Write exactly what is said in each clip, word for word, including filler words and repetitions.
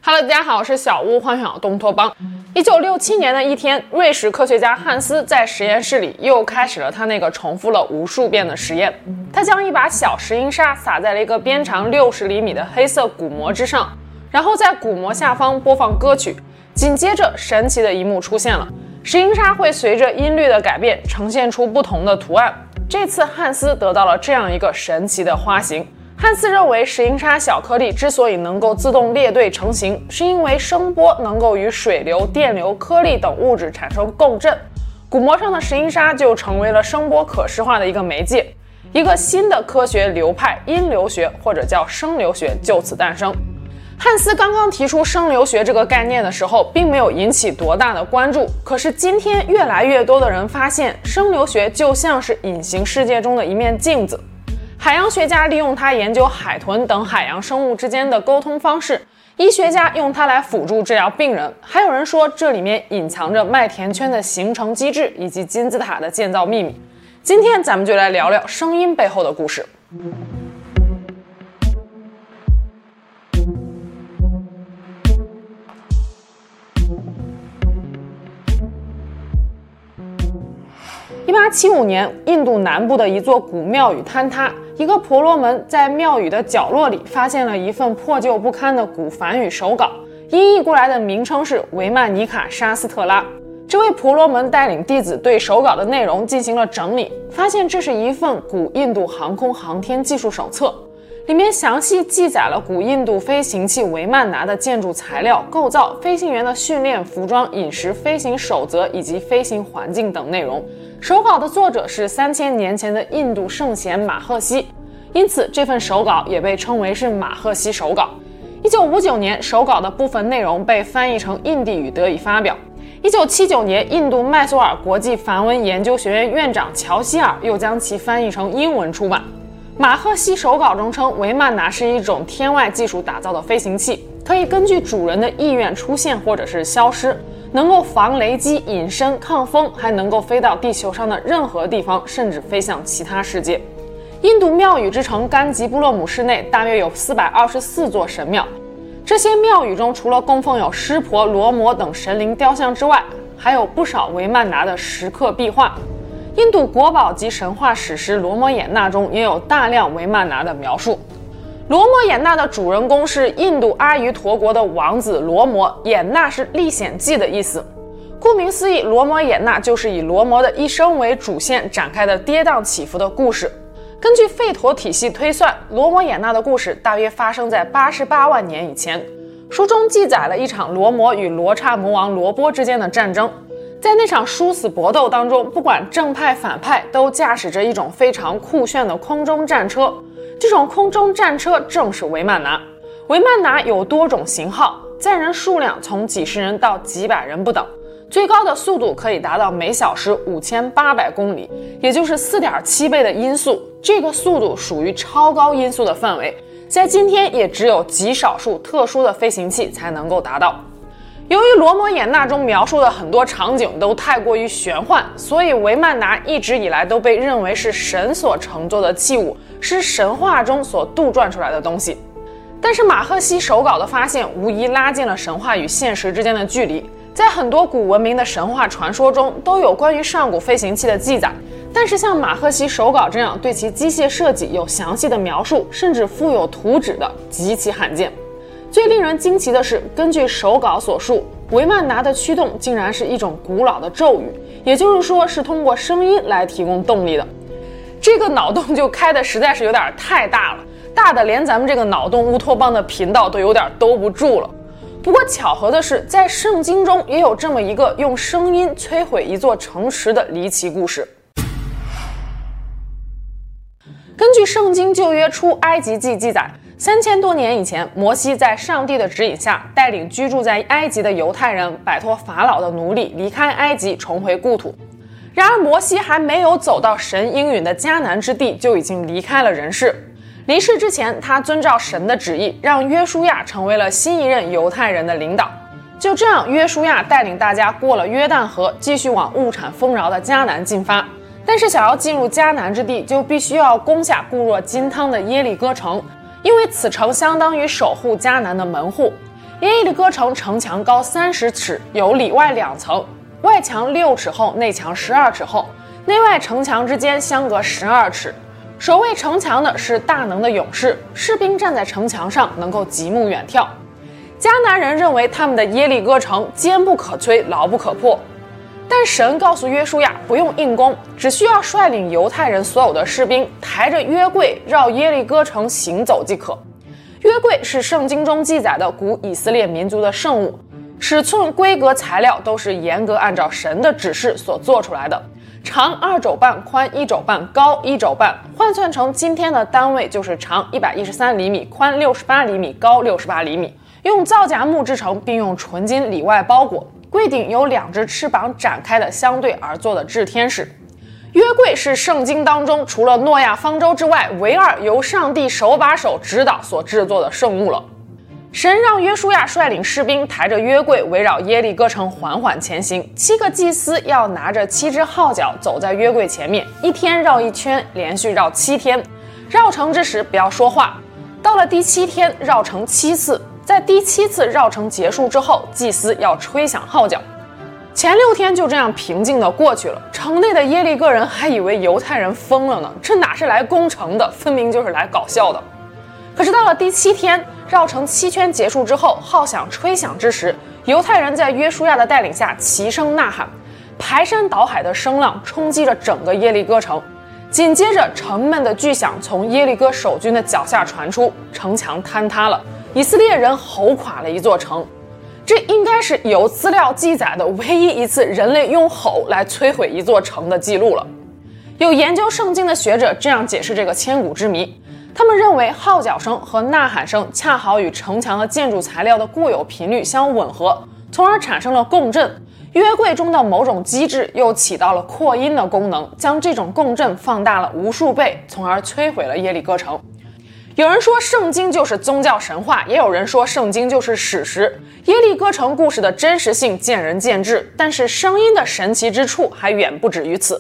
Hello， 大家好，我是小屋，欢迎来到东托邦。一九六七年的一天，瑞士科学家汉斯在实验室里又开始了他那个重复了无数遍的实验。他将一把小石英砂撒在了一个边长六十厘米的黑色鼓膜之上，然后在鼓膜下方播放歌曲。紧接着，神奇的一幕出现了，石英砂会随着音律的改变呈现出不同的图案。这次汉斯得到了这样一个神奇的花形。汉斯认为石英砂小颗粒之所以能够自动列队成型，是因为声波能够与水流、电流、颗粒等物质产生共振，鼓膜上的石英砂就成为了声波可视化的一个媒介。一个新的科学流派音流学，或者叫声流学就此诞生。汉斯刚刚提出声流学这个概念的时候，并没有引起多大的关注，可是今天越来越多的人发现，声流学就像是隐形世界中的一面镜子。海洋学家利用它研究海豚等海洋生物之间的沟通方式，医学家用它来辅助治疗病人，还有人说这里面隐藏着麦田圈的形成机制以及金字塔的建造秘密。今天咱们就来聊聊声音背后的故事。一八七五年，印度南部的一座古庙宇坍塌，一个婆罗门在庙宇的角落里发现了一份破旧不堪的古梵语手稿，音译过来的名称是维曼尼卡沙斯特拉。这位婆罗门带领弟子对手稿的内容进行了整理，发现这是一份古印度航空航天技术手册，里面详细记载了古印度飞行器维曼拿的建筑材料、构造、飞行员的训练、服装、饮食、飞行守则以及飞行环境等内容。手稿的作者是三千年前的印度圣贤马赫西，因此这份手稿也被称为是马赫西手稿。一九五九年，手稿的部分内容被翻译成印地语得以发表。一九七九年，印度麦索尔国际梵文研究学院院长乔希尔又将其翻译成英文出版。马赫西手稿中称，维曼拿是一种天外技术打造的飞行器，可以根据主人的意愿出现或者是消失，能够防雷击、隐身、抗风，还能够飞到地球上的任何地方，甚至飞向其他世界。印度庙宇之城甘吉布洛姆市内大约有四百二十四座神庙，这些庙宇中除了供奉有湿婆、罗摩等神灵雕像之外，还有不少维曼拿的石刻壁画。印度国宝级神话史诗《罗摩衍那》中也有大量维曼拿的描述。罗摩衍那的主人公是印度阿瑜陀国的王子罗摩，衍那是历险记的意思。顾名思义，罗摩衍那就是以罗摩的一生为主线展开的跌宕起伏的故事。根据吠陀体系推算，罗摩衍那的故事大约发生在八十八万年以前。书中记载了一场罗摩与罗刹魔王罗波之间的战争。在那场殊死搏斗当中，不管正派反派都驾驶着一种非常酷炫的空中战车，这种空中战车正是维曼拿。维曼拿有多种型号，载人数量从几十人到几百人不等，最高的速度可以达到每小时五千八百公里，也就是 四点七 倍的音速。这个速度属于超高音速的范围，在今天也只有极少数特殊的飞行器才能够达到。由于罗摩衍那中描述的很多场景都太过于玄幻，所以维曼拿一直以来都被认为是神所乘坐的器物，是神话中所杜撰出来的东西。但是马赫西手稿的发现无疑拉近了神话与现实之间的距离。在很多古文明的神话传说中都有关于上古飞行器的记载，但是像马赫西手稿这样对其机械设计有详细的描述，甚至附有图纸的极其罕见。最令人惊奇的是，根据手稿所述，维曼拿的驱动竟然是一种古老的咒语，也就是说是通过声音来提供动力的。这个脑洞就开的实在是有点太大了，大的连咱们这个脑洞乌托邦的频道都有点兜不住了。不过巧合的是，在圣经中也有这么一个用声音摧毁一座城池的离奇故事。根据圣经旧约出埃及记记载，三千多年以前，摩西在上帝的指引下，带领居住在埃及的犹太人摆脱法老的奴隶，离开埃及，重回故土。然而摩西还没有走到神应允的迦南之地，就已经离开了人世。离世之前，他遵照神的旨意，让约书亚成为了新一任犹太人的领导。就这样，约书亚带领大家过了约旦河，继续往物产丰饶的迦南进发。但是想要进入迦南之地，就必须要攻下固若金汤的耶利哥城，因为此城相当于守护迦南的门户。 耶利哥城城墙高三十尺，有里外两层，外墙六尺厚，内墙十二尺厚，内外城墙之间相隔十二尺。守卫城墙的是大能的勇士，士兵站在城墙上能够极目远眺。迦南人认为他们的耶利哥城坚不可摧，牢不可破。但神告诉约书亚不用硬攻，只需要率领犹太人所有的士兵抬着约柜绕耶利哥城行走即可。约柜是圣经中记载的古以色列民族的圣物，尺寸、规格、材料都是严格按照神的指示所做出来的，长二肘半，宽一肘半，高一肘半，换算成今天的单位就是长一百一十三厘米，宽六十八厘米，高六十八厘米，用皂荚木制成，并用纯金里外包裹。柜顶有两只翅膀展开的相对而坐的炽天使。约柜是圣经当中除了诺亚方舟之外唯二由上帝手把手指导所制作的圣物了。神让约书亚率领士兵抬着约柜围绕耶利哥城缓缓前行，七个祭司要拿着七只号角走在约柜前面，一天绕一圈，连续绕七天。绕城之时不要说话，到了第七天绕城七次，在第七次绕城结束之后，祭司要吹响号角。前六天就这样平静地过去了，城内的耶利哥人还以为犹太人疯了呢，这哪是来攻城的，分明就是来搞笑的。可是到了第七天，绕城七圈结束之后，号响吹响之时，犹太人在约书亚的带领下齐声呐喊，排山倒海的声浪冲击着整个耶利哥城。紧接着城门的巨响从耶利哥守军的脚下传出，城墙坍塌了，以色列人吼垮了一座城。这应该是有资料记载的唯一一次人类用吼来摧毁一座城的记录了。有研究圣经的学者这样解释这个千古之谜，他们认为号角声和呐喊声恰好与城墙和建筑材料的固有频率相吻合，从而产生了共振。约柜中的某种机制又起到了扩音的功能，将这种共振放大了无数倍，从而摧毁了耶利哥城。有人说圣经就是宗教神话，也有人说圣经就是史实。耶利哥城故事的真实性见仁见智，但是声音的神奇之处还远不止于此。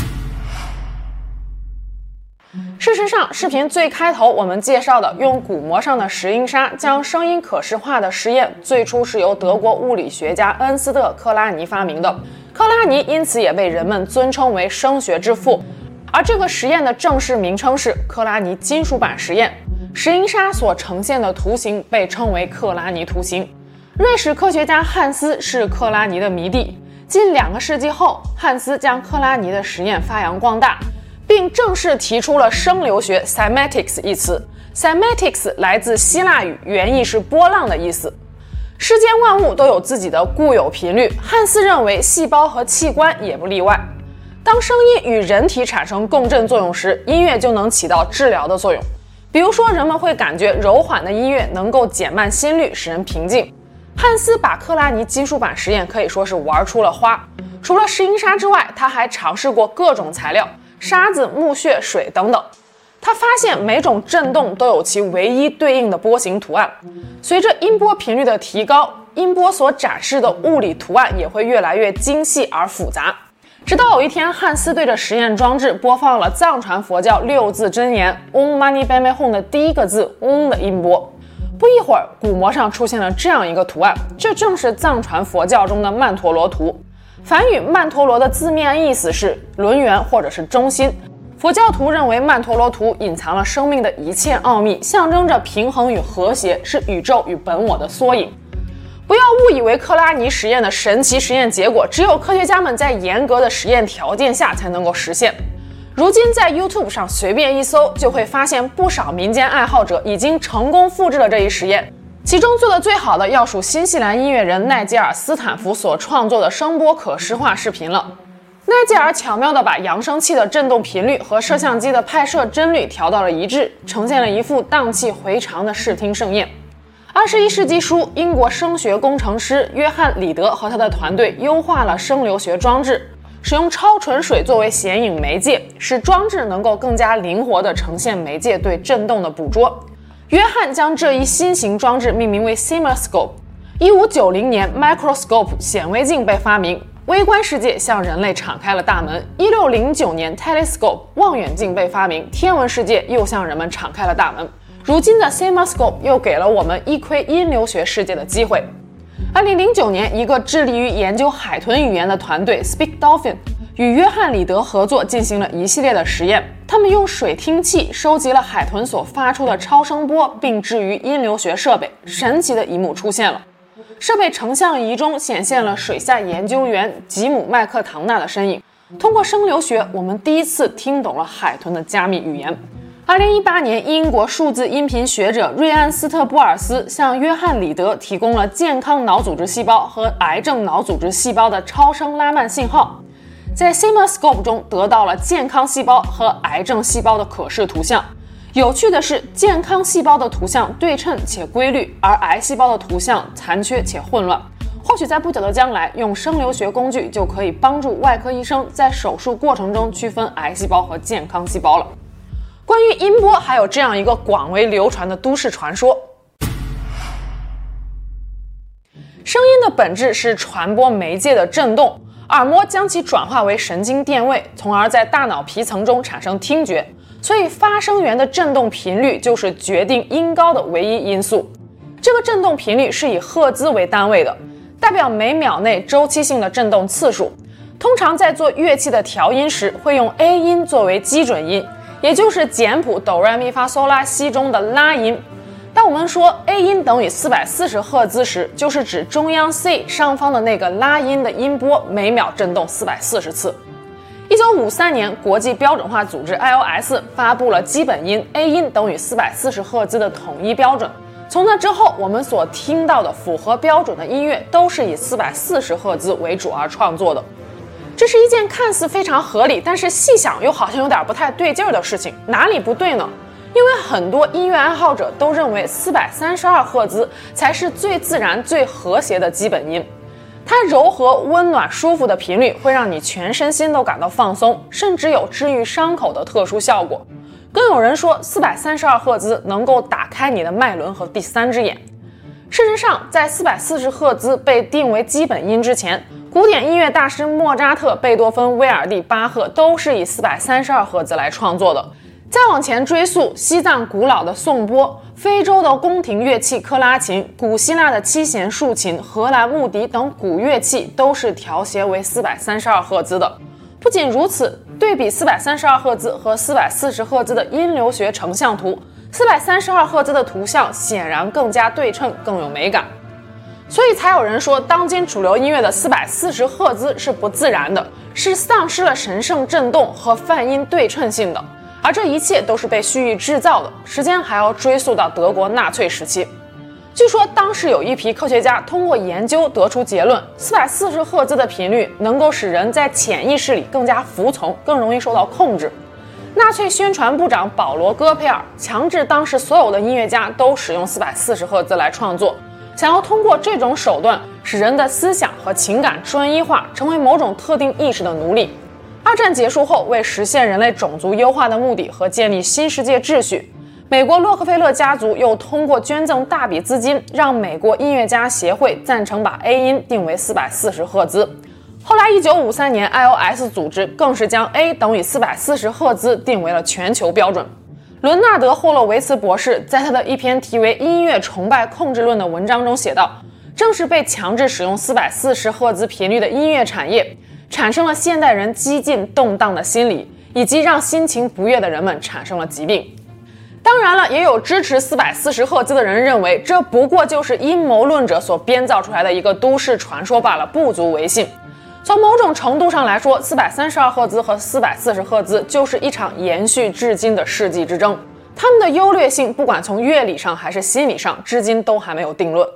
事实上，视频最开头我们介绍的用鼓膜上的石英砂将声音可视化的实验，最初是由德国物理学家恩斯特·克拉尼发明的。克拉尼因此也被人们尊称为声学之父，而这个实验的正式名称是克拉尼金属板实验。石英砂所呈现的图形被称为克拉尼图形。瑞士科学家汉斯是克拉尼的迷弟，近两个世纪后，汉斯将克拉尼的实验发扬光大，并正式提出了声流学 cymatics 一词。 cymatics 来自希腊语，原意是波浪的意思。世间万物都有自己的固有频率，汉斯认为细胞和器官也不例外。当声音与人体产生共振作用时，音乐就能起到治疗的作用。比如说，人们会感觉柔缓的音乐能够减慢心率，使人平静。汉斯把克拉尼金属板实验可以说是玩出了花。除了石英砂之外，他还尝试过各种材料，沙子、木屑、水等等。他发现每种振动都有其唯一对应的波形图案。随着音波频率的提高，音波所展示的物理图案也会越来越精细而复杂。直到有一天，汉斯对着实验装置播放了藏传佛教六字真言 Om Mani Padme Hum 的第一个字 Om 的音波。不一会儿，鼓膜上出现了这样一个图案，这正是藏传佛教中的曼陀罗图。梵语曼陀罗的字面意思是轮圆或者是中心。佛教徒认为曼陀罗图隐藏了生命的一切奥秘，象征着平衡与和谐，是宇宙与本我的缩影。不要误以为克拉尼实验的神奇实验结果只有科学家们在严格的实验条件下才能够实现。如今在 YouTube 上随便一搜，就会发现不少民间爱好者已经成功复制了这一实验。其中做得最好的要数新西兰音乐人奈吉尔·斯坦福所创作的声波可视化视频了。奈吉尔巧妙地把扬声器的振动频率和摄像机的拍摄帧率调到了一致，呈现了一幅荡气回肠的视听盛宴。二十一世纪初，英国声学工程师约翰·里德和他的团队优化了声流学装置，使用超纯水作为显影媒介，使装置能够更加灵活地呈现媒介对振动的捕捉。约翰将这一新型装置命名为 CIMAscope。一五九零年 Microscope 显微镜被发明，微观世界向人类敞开了大门。一六零九年 Telescope 望远镜被发明，天文世界又向人们敞开了大门。 如今的 CinemaScope 又给了我们一窥音流学世界的机会。二零零九年，一个致力于研究海豚语言的团队 Speak Dolphin 与约翰里德合作进行了一系列的实验。他们用水听器收集了海豚所发出的超声波，并置于音流学设备。神奇的一幕出现了，设备成像仪中显现了水下研究员吉姆·麦克唐纳的身影。通过声流学，我们第一次听懂了海豚的加密语言。二零一八年，英国数字音频学者瑞安斯特波尔斯向约翰里德提供了健康脑组织细胞和癌症脑组织细胞的超声拉曼信号，在 CinemaScope 中得到了健康细胞和癌症细胞的可视图像。有趣的是，健康细胞的图像对称且规律，而癌细胞的图像残缺且混乱。或许在不久的将来，用声流学工具就可以帮助外科医生在手术过程中区分癌细胞和健康细胞了。关于音波，还有这样一个广为流传的都市传说：声音的本质是传播媒介的振动，耳膜将其转化为神经电位，从而在大脑皮层中产生听觉。所以发声源的振动频率就是决定音高的唯一因素。这个振动频率是以赫兹为单位的，代表每秒内周期性的振动次数。通常在做乐器的调音时，会用 A 音作为基准音，也就是简谱哆来咪发嗦拉西中的拉音。当我们说 A 音等于四百四十赫兹时，就是指中央 C 上方的那个拉音的音波每秒振动四百四十次。一九五三年，国际标准化组织 I O S 发布了基本音 A 音等于四百四十赫兹的统一标准。从那之后，我们所听到的符合标准的音乐都是以四百四十赫兹为主而创作的。这是一件看似非常合理，但是细想又好像有点不太对劲儿的事情。哪里不对呢？因为很多音乐爱好者都认为四百三十二赫兹才是最自然、最和谐的基本音。它柔和、温暖、舒服的频率会让你全身心都感到放松，甚至有治愈伤口的特殊效果。更有人说，四百三十二赫兹能够打开你的脉轮和第三只眼。事实上，在四百四十赫兹被定为基本音之前，古典音乐大师莫扎特、贝多芬、威尔第、巴赫都是以四百三十二赫兹来创作的。再往前追溯，西藏古老的颂钵、非洲的宫廷乐器克拉琴、古希腊的七弦竖琴、荷兰木笛等古乐器都是调谐为四百三十二赫兹的。不仅如此，对比四百三十二赫兹和四百四十赫兹的音流学成像图，四百三十二赫兹的图像显然更加对称，更有美感。所以才有人说，当今主流音乐的四百四十赫兹是不自然的，是丧失了神圣振动和泛音对称性的。而这一切都是被蓄意制造的，时间还要追溯到德国纳粹时期。据说当时有一批科学家通过研究得出结论，四百四十赫兹的频率能够使人在潜意识里更加服从，更容易受到控制。纳粹宣传部长保罗·戈培尔强制当时所有的音乐家都使用四百四十赫兹来创作，想要通过这种手段使人的思想和情感专一化，成为某种特定意识的奴隶。二战结束后，为实现人类种族优化的目的和建立新世界秩序，美国洛克菲勒家族又通过捐赠大笔资金，让美国音乐家协会赞成把 A 音定为四百四十赫兹。后来一九五三年 I O S 组织更是将 A 等于四百四十赫兹定为了全球标准。伦纳德·霍洛维茨博士在他的一篇题为《音乐崇拜控制论》的文章中写道，正是被强制使用四百四十赫兹频率的音乐产业产生了现代人激进动荡的心理，以及让心情不悦的人们产生了疾病。当然了，也有支持四百四十赫兹的人认为，这不过就是阴谋论者所编造出来的一个都市传说罢了，不足为信。从某种程度上来说，四百三十二赫兹和四百四十赫兹就是一场延续至今的世纪之争，它们的优劣性不管从乐理上还是心理上，至今都还没有定论。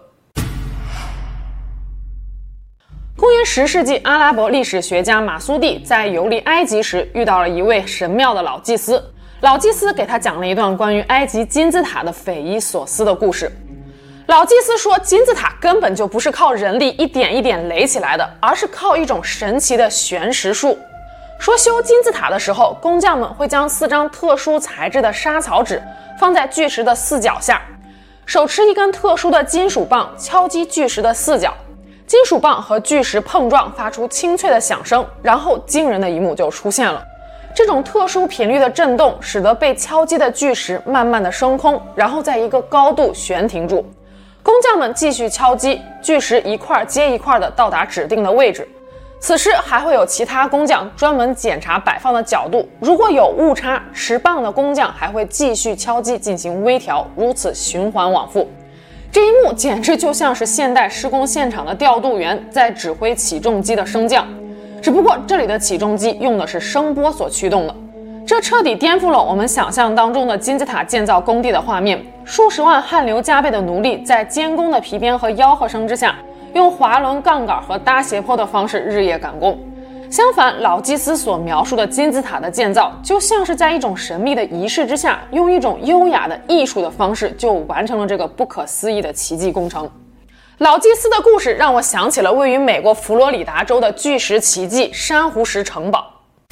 公元十世纪，阿拉伯历史学家马苏蒂在游历埃及时遇到了一位神庙的老祭司，老祭司给他讲了一段关于埃及金字塔的匪夷所思的故事。老祭司说，金字塔根本就不是靠人力一点一点垒起来的，而是靠一种神奇的悬石术。说修金字塔的时候，工匠们会将四张特殊材质的沙草纸放在巨石的四角下，手持一根特殊的金属棒敲击巨石的四角，金属棒和巨石碰撞，发出清脆的响声，然后惊人的一幕就出现了。 这种特殊频率的震动使得被敲击的巨石慢慢的升空，然后在一个高度悬停住。工匠们继续敲击，巨石一块接一块的到达指定的位置。此时还会有其他工匠专门检查摆放的角度，如果有误差，持棒的工匠还会继续敲击进行微调，如此循环往复。这一幕简直就像是现代施工现场的调度员在指挥起重机的升降，只不过这里的起重机用的是声波所驱动的。这彻底颠覆了我们想象当中的金字塔建造工地的画面，数十万汗流浃背的奴隶在监工的皮鞭和吆喝声之下，用滑轮、杠杆和搭斜坡的方式日夜赶工。相反，老基斯所描述的金字塔的建造，就像是在一种神秘的仪式之下，用一种优雅的艺术的方式，就完成了这个不可思议的奇迹工程。老基斯的故事让我想起了位于美国佛罗里达州的巨石奇迹——珊瑚石城堡。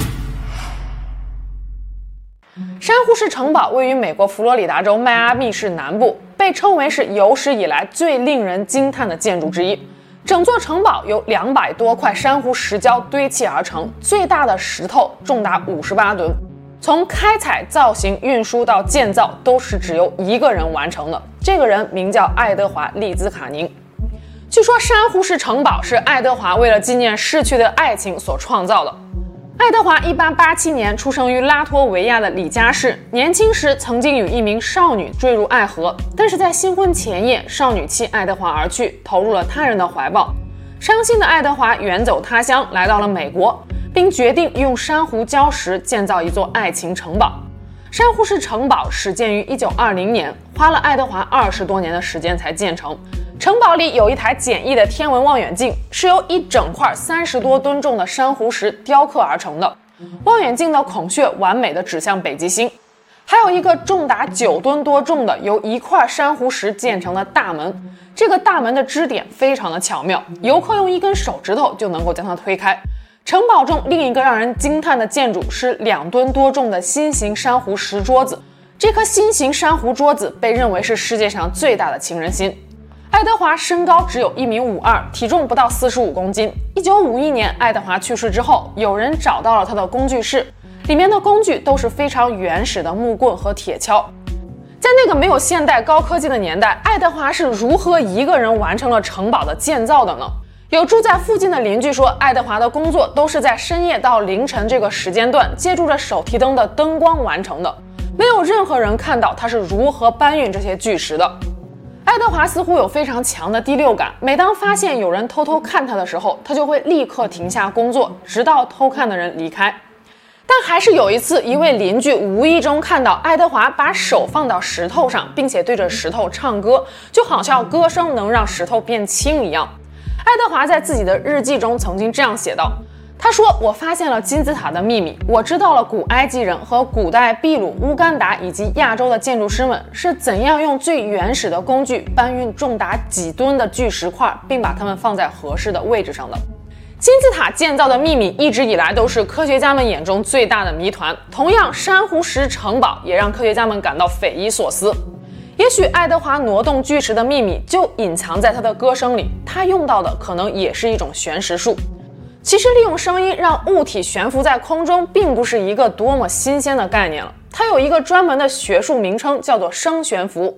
珊瑚石城堡位于美国佛罗里达州迈阿密市南部，被称为是有史以来最令人惊叹的建筑之一。整座城堡由两百多块珊瑚石胶堆砌而成，最大的石头重达五十八吨。从开采、造型、运输到建造，都是只由一个人完成的。这个人名叫爱德华·利兹卡宁。据说珊瑚石城堡是爱德华为了纪念逝去的爱情所创造的。爱德华一八八七年出生于拉脱维亚的里加市，年轻时曾经与一名少女坠入爱河，但是在新婚前夜，少女弃爱德华而去，投入了他人的怀抱。伤心的爱德华远走他乡，来到了美国，并决定用珊瑚礁石建造一座爱情城堡。珊瑚石城堡始建于一九二零年，花了爱德华二十多年的时间才建成。城堡里有一台简易的天文望远镜，是由一整块三十多吨重的珊瑚石雕刻而成的。望远镜的孔穴完美的指向北极星。还有一个重达九吨多重的由一块珊瑚石建成的大门，这个大门的支点非常的巧妙，游客用一根手指头就能够将它推开。城堡中另一个让人惊叹的建筑是两吨多重的心形珊瑚石桌子，这颗心形珊瑚桌子被认为是世界上最大的情人心。爱德华身高只有一米五二，体重不到四十五公斤。一九五一年，爱德华去世之后，有人找到了他的工具室，里面的工具都是非常原始的木棍和铁锹。在那个没有现代高科技的年代，爱德华是如何一个人完成了城堡的建造的呢？有住在附近的邻居说，爱德华的工作都是在深夜到凌晨这个时间段，借助着手提灯的灯光完成的，没有任何人看到他是如何搬运这些巨石的。爱德华似乎有非常强的第六感，每当发现有人偷偷看他的时候，他就会立刻停下工作，直到偷看的人离开。但还是有一次，一位邻居无意中看到爱德华把手放到石头上，并且对着石头唱歌，就好像歌声能让石头变轻一样。爱德华在自己的日记中曾经这样写道，他说，我发现了金字塔的秘密，我知道了古埃及人和古代秘鲁、乌干达以及亚洲的建筑师们是怎样用最原始的工具搬运重达几吨的巨石块，并把它们放在合适的位置上的。金字塔建造的秘密一直以来都是科学家们眼中最大的谜团，同样珊瑚石城堡也让科学家们感到匪夷所思。也许爱德华挪动巨石的秘密就隐藏在他的歌声里，他用到的可能也是一种悬石术。其实利用声音让物体悬浮在空中并不是一个多么新鲜的概念了，它有一个专门的学术名称，叫做声悬浮。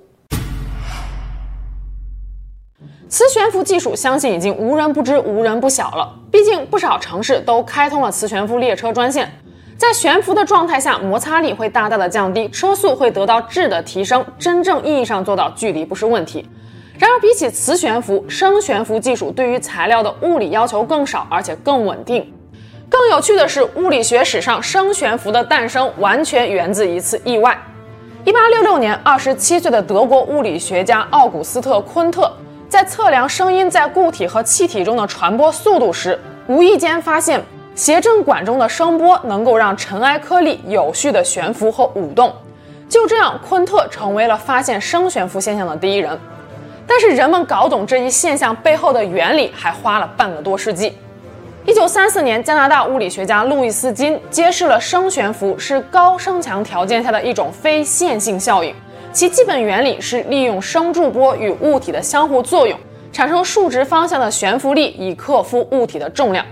磁悬浮技术相信已经无人不知无人不晓了，毕竟不少城市都开通了磁悬浮列车专线，在悬浮的状态下，摩擦力会大大的降低，车速会得到质的提升，真正意义上做到距离不是问题。然而比起磁悬浮，声悬浮技术对于材料的物理要求更少，而且更稳定。更有趣的是，物理学史上声悬浮的诞生完全源自一次意外。一八六六年，二十七岁的德国物理学家奥古斯特·昆特在测量声音在固体和气体中的传播速度时，无意间发现谐振管中的声波能够让尘埃颗粒有序的悬浮和舞动。就这样，昆特成为了发现声悬浮现象的第一人。但是人们搞懂这一现象背后的原理还花了半个多世纪。一九三四年，加拿大物理学家路易斯金揭示了声悬浮是高声强条件下的一种非线性效应，其基本原理是利用声柱波与物体的相互作用，产生竖直方向的悬浮力，以克服物体的重量。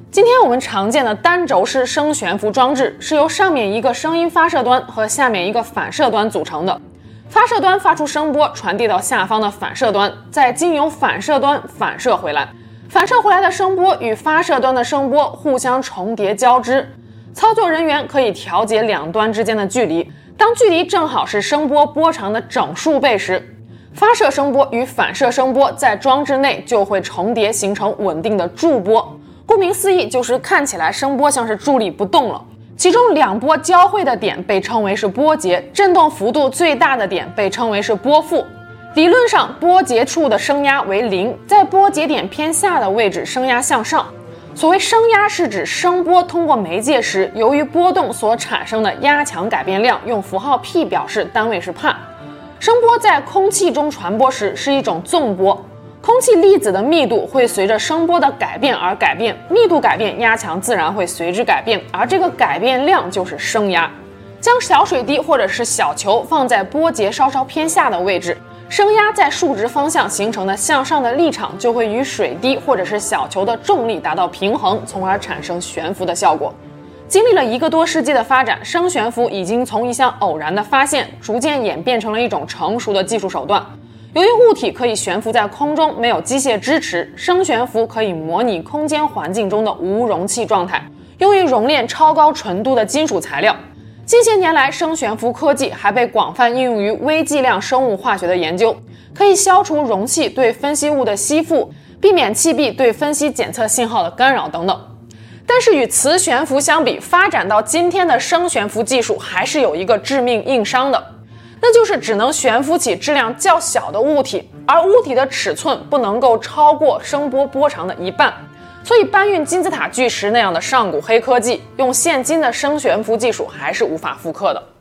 今天我们常见的单轴式声悬浮装置是由上面一个声音发射端和下面一个反射端组成的。发射端发出声波传递到下方的反射端，再经由反射端反射回来。反射回来的声波与发射端的声波互相重叠交织。操作人员可以调节两端之间的距离，当距离正好是声波波长的整数倍时，发射声波与反射声波在装置内就会重叠，形成稳定的驻波。顾名思义，就是看起来声波像是伫立不动了。其中两波交汇的点被称为是波节，振动幅度最大的点被称为是波腹。理论上，波节处的声压为零，在波节点偏下的位置，声压向上。所谓声压是指声波通过媒介时，由于波动所产生的压强改变量，用符号 P 表示，单位是帕。声波在空气中传播时是一种纵波。空气粒子的密度会随着声波的改变而改变，密度改变，压强自然会随之改变，而这个改变量就是声压。将小水滴或者是小球放在波节稍稍偏下的位置，声压在竖直方向形成的向上的力场就会与水滴或者是小球的重力达到平衡，从而产生悬浮的效果。经历了一个多世纪的发展，声悬浮已经从一项偶然的发现，逐渐演变成了一种成熟的技术手段。由于物体可以悬浮在空中，没有机械支持，声悬浮可以模拟空间环境中的无容器状态，用于熔炼超高纯度的金属材料。近些年来，声悬浮科技还被广泛应用于微剂量生物化学的研究，可以消除容器对分析物的吸附，避免器壁对分析检测信号的干扰等等。但是与磁悬浮相比，发展到今天的声悬浮技术还是有一个致命硬伤的，那就是只能悬浮起质量较小的物体，而物体的尺寸不能够超过声波波长的一半。所以搬运金字塔巨石那样的上古黑科技，用现今的声悬浮技术还是无法复刻的。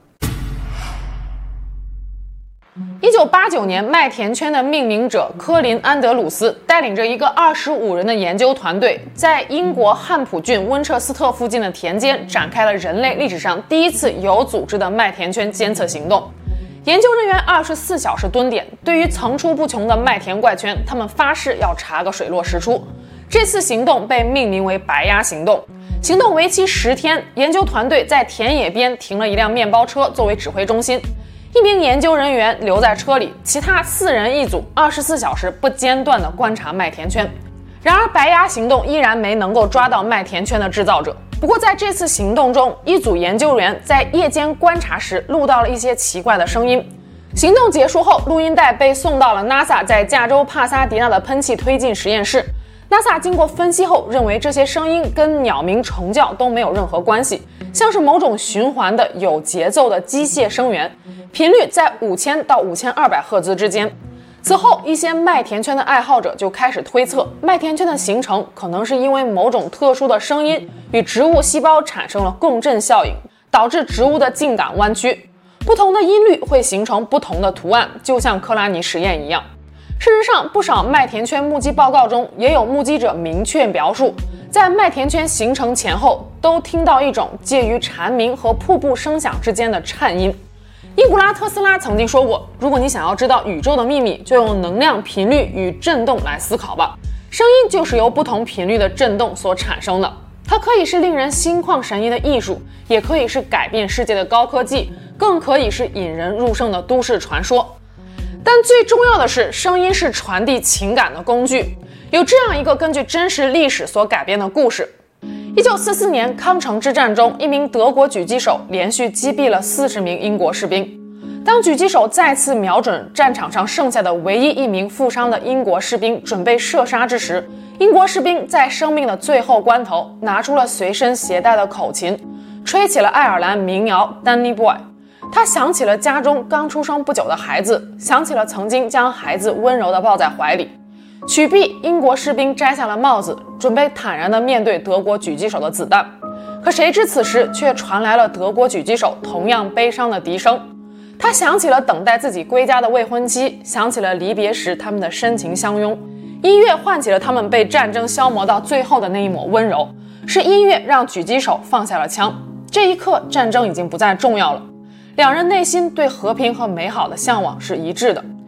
一九八九年，麦田圈的命名者科林·安德鲁斯带领着一个二十五人的研究团队，在英国汉普郡温彻斯特附近的田间展开了人类历史上第一次有组织的麦田圈监测行动。研究人员二十四小时蹲点，对于层出不穷的麦田怪圈，他们发誓要查个水落石出。这次行动被命名为白鸭行动。行动为期十天，研究团队在田野边停了一辆面包车作为指挥中心，一名研究人员留在车里，其他四人一组，二十四小时不间断地观察麦田圈。然而白鸭行动依然没能够抓到麦田圈的制造者。不过在这次行动中，一组研究员在夜间观察时录到了一些奇怪的声音。行动结束后，录音带被送到了 NASA 在加州帕萨迪纳的喷气推进实验室。NASA 经过分析后认为，这些声音跟鸟鸣虫叫都没有任何关系，像是某种循环的有节奏的机械声源，频率在五千到五千二百赫兹之间。此后，一些麦田圈的爱好者就开始推测，麦田圈的形成可能是因为某种特殊的声音与植物细胞产生了共振效应，导致植物的茎秆弯曲，不同的音律会形成不同的图案，就像克拉尼实验一样。事实上，不少麦田圈目击报告中也有目击者明确描述，在麦田圈形成前后都听到一种介于蝉鸣和瀑布声响之间的颤音。尼古拉特斯拉曾经说过，如果你想要知道宇宙的秘密，就用能量、频率与振动来思考吧。声音就是由不同频率的振动所产生的，它可以是令人心旷神怡的艺术，也可以是改变世界的高科技，更可以是引人入胜的都市传说。但最重要的是，声音是传递情感的工具。有这样一个根据真实历史所改编的故事。一九四四年康城之战中，一名德国狙击手连续击毙了四十名英国士兵。当狙击手再次瞄准战场上剩下的唯一一名负伤的英国士兵，准备射杀之时，英国士兵在生命的最后关头拿出了随身携带的口琴，吹起了爱尔兰民谣 Danny Boy。他想起了家中刚出生不久的孩子，想起了曾经将孩子温柔地抱在怀里。曲毕，英国士兵摘下了帽子，准备坦然地面对德国狙击手的子弹。可谁知此时却传来了德国狙击手同样悲伤的笛声。他想起了等待自己归家的未婚妻，想起了离别时他们的深情相拥。音乐唤起了他们被战争消磨到最后的那一抹温柔，是音乐让狙击手放下了枪。这一刻，战争已经不再重要了。两人内心对和平和美好的向往是一致的。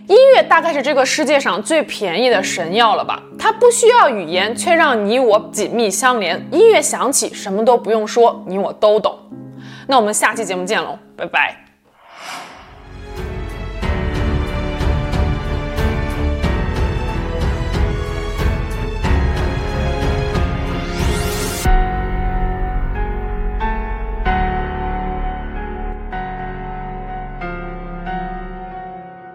音乐大概是这个世界上最便宜的神药了吧？它不需要语言，却让你我紧密相连。音乐响起，什么都不用说，你我都懂。那我们下期节目见喽，拜拜。